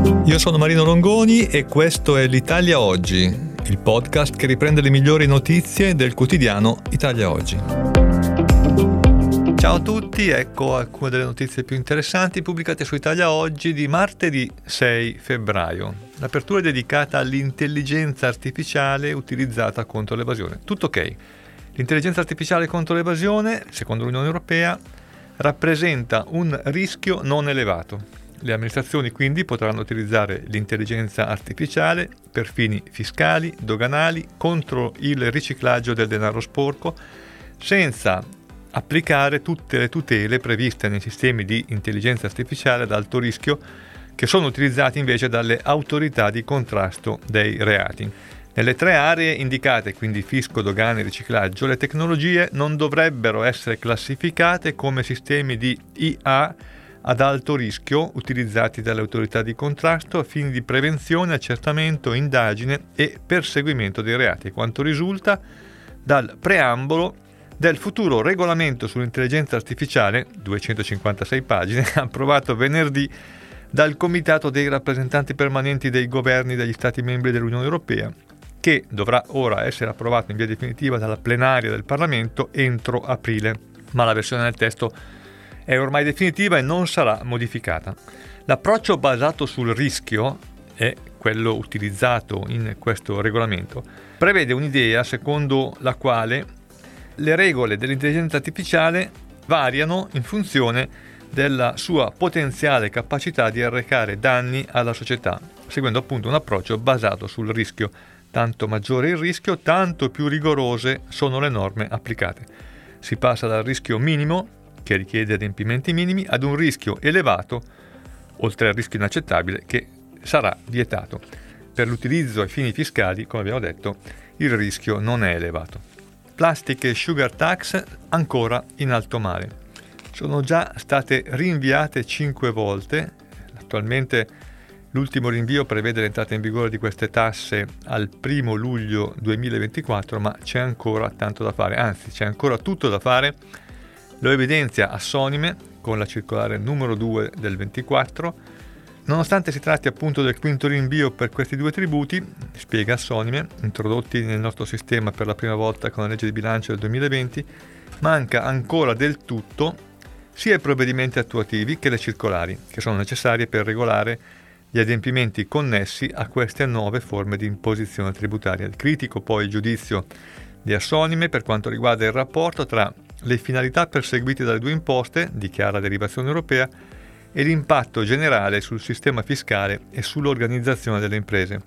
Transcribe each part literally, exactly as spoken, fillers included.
Io sono Marino Longoni e questo è l'Italia Oggi, il podcast che riprende le migliori notizie del quotidiano Italia Oggi. Ciao a tutti, ecco alcune delle notizie più interessanti pubblicate su Italia Oggi di martedì sei febbraio. L'apertura è dedicata all'intelligenza artificiale utilizzata contro l'evasione. Tutto ok. L'intelligenza artificiale contro l'evasione, secondo l'Unione Europea, rappresenta un rischio non elevato. Le amministrazioni quindi potranno utilizzare l'intelligenza artificiale per fini fiscali, doganali, contro il riciclaggio del denaro sporco, senza applicare tutte le tutele previste nei sistemi di intelligenza artificiale ad alto rischio che sono utilizzati invece dalle autorità di contrasto dei reati. Nelle tre aree indicate, quindi fisco, dogane e riciclaggio, le tecnologie non dovrebbero essere classificate come sistemi di I A ad alto rischio utilizzati dalle autorità di contrasto a fini di prevenzione, accertamento, indagine e perseguimento dei reati, quanto risulta dal preambolo del futuro regolamento sull'intelligenza artificiale, duecentocinquantasei pagine, approvato venerdì dal Comitato dei rappresentanti permanenti dei governi degli Stati membri dell'Unione Europea, che dovrà ora essere approvato in via definitiva dalla plenaria del Parlamento entro aprile, ma la versione del testo è ormai definitiva e non sarà modificata. L'approccio basato sul rischio, è quello utilizzato in questo regolamento, prevede un'idea secondo la quale le regole dell'intelligenza artificiale variano in funzione della sua potenziale capacità di arrecare danni alla società, seguendo appunto un approccio basato sul rischio. Tanto maggiore il rischio, tanto più rigorose sono le norme applicate. Si passa dal rischio minimo, che richiede adempimenti minimi, ad un rischio elevato, oltre al rischio inaccettabile, che sarà vietato. Per l'utilizzo ai fini fiscali, come abbiamo detto, il rischio non è elevato. Plastic e sugar tax ancora in alto mare. Sono già state rinviate cinque volte. Attualmente l'ultimo rinvio prevede l'entrata in vigore di queste tasse al primo luglio duemilaventiquattro, ma c'è ancora tanto da fare, anzi c'è ancora tutto da fare. Lo evidenzia Assonime con la circolare numero due del ventiquattro. Nonostante si tratti appunto del quinto rinvio per questi due tributi, spiega Assonime, introdotti nel nostro sistema per la prima volta con la legge di bilancio del duemilaventi, manca ancora del tutto sia i provvedimenti attuativi che le circolari, che sono necessarie per regolare gli adempimenti connessi a queste nuove forme di imposizione tributaria. Critico poi il giudizio di Assonime per quanto riguarda il rapporto tra le finalità perseguite dalle due imposte, di chiara derivazione europea, e l'impatto generale sul sistema fiscale e sull'organizzazione delle imprese.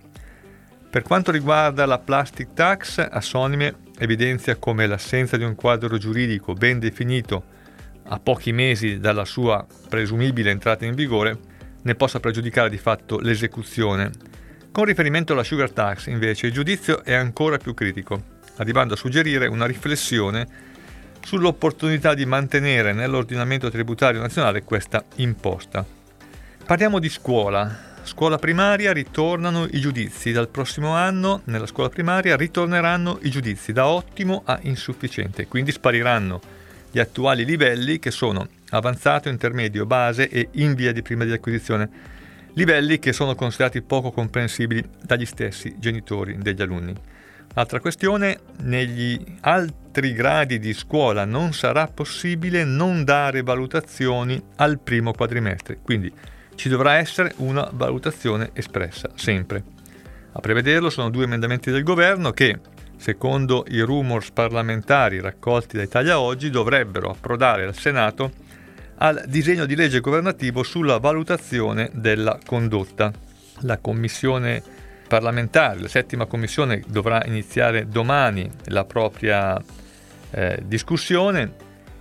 Per quanto riguarda la plastic tax, Assonime evidenzia come l'assenza di un quadro giuridico ben definito a pochi mesi dalla sua presumibile entrata in vigore ne possa pregiudicare di fatto l'esecuzione. Con riferimento alla sugar tax, invece, il giudizio è ancora più critico, arrivando a suggerire una riflessione sull'opportunità di mantenere nell'ordinamento tributario nazionale questa imposta. Parliamo di scuola. Scuola primaria, ritornano i giudizi. Dal prossimo anno nella scuola primaria ritorneranno i giudizi da ottimo a insufficiente, quindi spariranno gli attuali livelli che sono avanzato, intermedio, base e in via di prima di acquisizione, livelli che sono considerati poco comprensibili dagli stessi genitori degli alunni. Altra questione, negli altri gradi di scuola non sarà possibile non dare valutazioni al primo quadrimestre, quindi ci dovrà essere una valutazione espressa, sempre. A prevederlo sono due emendamenti del governo che, secondo i rumors parlamentari raccolti da Italia Oggi, dovrebbero approdare al Senato al disegno di legge governativo sulla valutazione della condotta. La commissione parlamentare, la settima commissione, dovrà iniziare domani la propria eh, discussione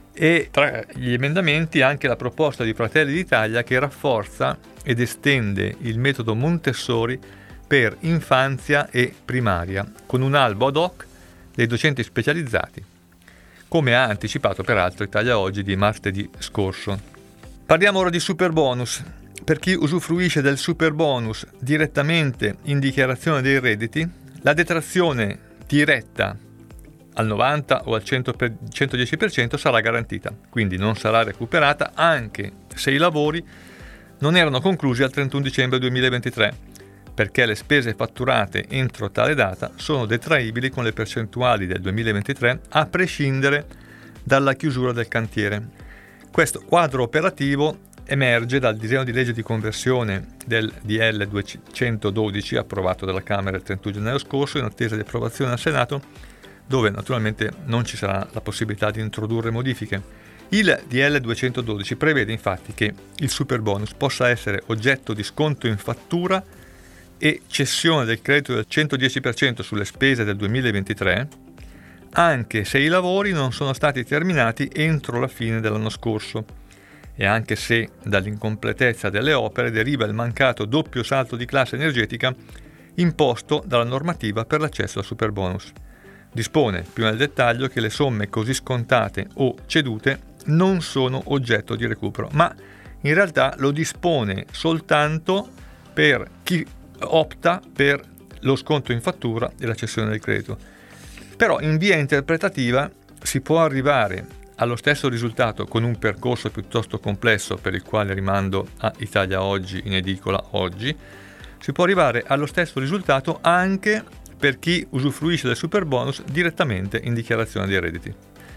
e tra gli emendamenti anche la proposta di Fratelli d'Italia che rafforza ed estende il metodo Montessori per infanzia e primaria con un albo ad hoc dei docenti specializzati, come ha anticipato peraltro Italia Oggi di martedì scorso. Parliamo ora di superbonus. Per chi usufruisce del superbonus direttamente in dichiarazione dei redditi, la detrazione diretta al novanta o al cento per, centodieci per cento sarà garantita, quindi non sarà recuperata anche se i lavori non erano conclusi al trentuno dicembre duemilaventitré, perché le spese fatturate entro tale data sono detraibili con le percentuali del duemilaventitré a prescindere dalla chiusura del cantiere. Questo quadro operativo emerge dal disegno di legge di conversione del D L duecentododici approvato dalla Camera il trentuno gennaio scorso in attesa di approvazione al Senato, dove naturalmente non ci sarà la possibilità di introdurre modifiche. Il D L duecentododici prevede infatti che il superbonus possa essere oggetto di sconto in fattura e cessione del credito del centodieci per cento sulle spese del duemilaventitré, anche se i lavori non sono stati terminati entro la fine dell'anno scorso e anche se dall'incompletezza delle opere deriva il mancato doppio salto di classe energetica imposto dalla normativa per l'accesso al superbonus. Dispone più nel dettaglio che le somme così scontate o cedute non sono oggetto di recupero, ma in realtà lo dispone soltanto per chi opta per lo sconto in fattura e la cessione del credito. Però in via interpretativa si può arrivare allo stesso risultato con un percorso piuttosto complesso per il quale rimando a Italia Oggi in edicola oggi. Si può arrivare allo stesso risultato anche per chi usufruisce del superbonus direttamente in dichiarazione dei redditi.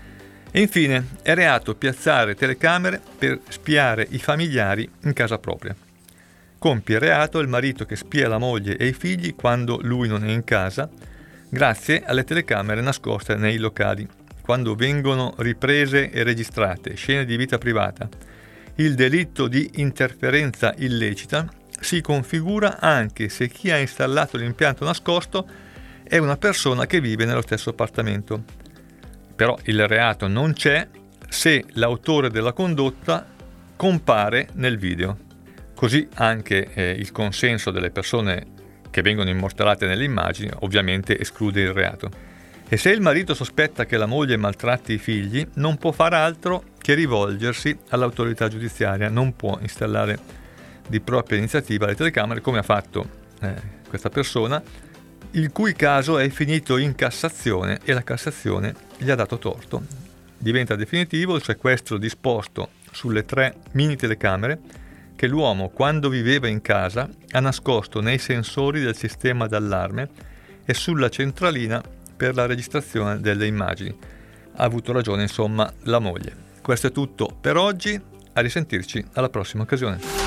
E infine è reato piazzare telecamere per spiare i familiari in casa propria. Compie reato il marito che spia la moglie e i figli quando lui non è in casa, grazie alle telecamere nascoste nei locali, quando vengono riprese e registrate scene di vita privata. Il delitto di interferenza illecita si configura anche se chi ha installato l'impianto nascosto è una persona che vive nello stesso appartamento. Però il reato non c'è se l'autore della condotta compare nel video. Così anche eh, il consenso delle persone che vengono immortalate nelle immagini ovviamente esclude il reato. E se il marito sospetta che la moglie maltratti i figli, non può fare altro che rivolgersi all'autorità giudiziaria, non può installare di propria iniziativa le telecamere come ha fatto eh, questa persona, il cui caso è finito in Cassazione e la Cassazione gli ha dato torto. Diventa definitivo il sequestro disposto sulle tre mini telecamere che l'uomo, quando viveva in casa, ha nascosto nei sensori del sistema d'allarme e sulla centralina per la registrazione delle immagini. Ha avuto ragione, insomma, la moglie. Questo è tutto per oggi, a risentirci alla prossima occasione.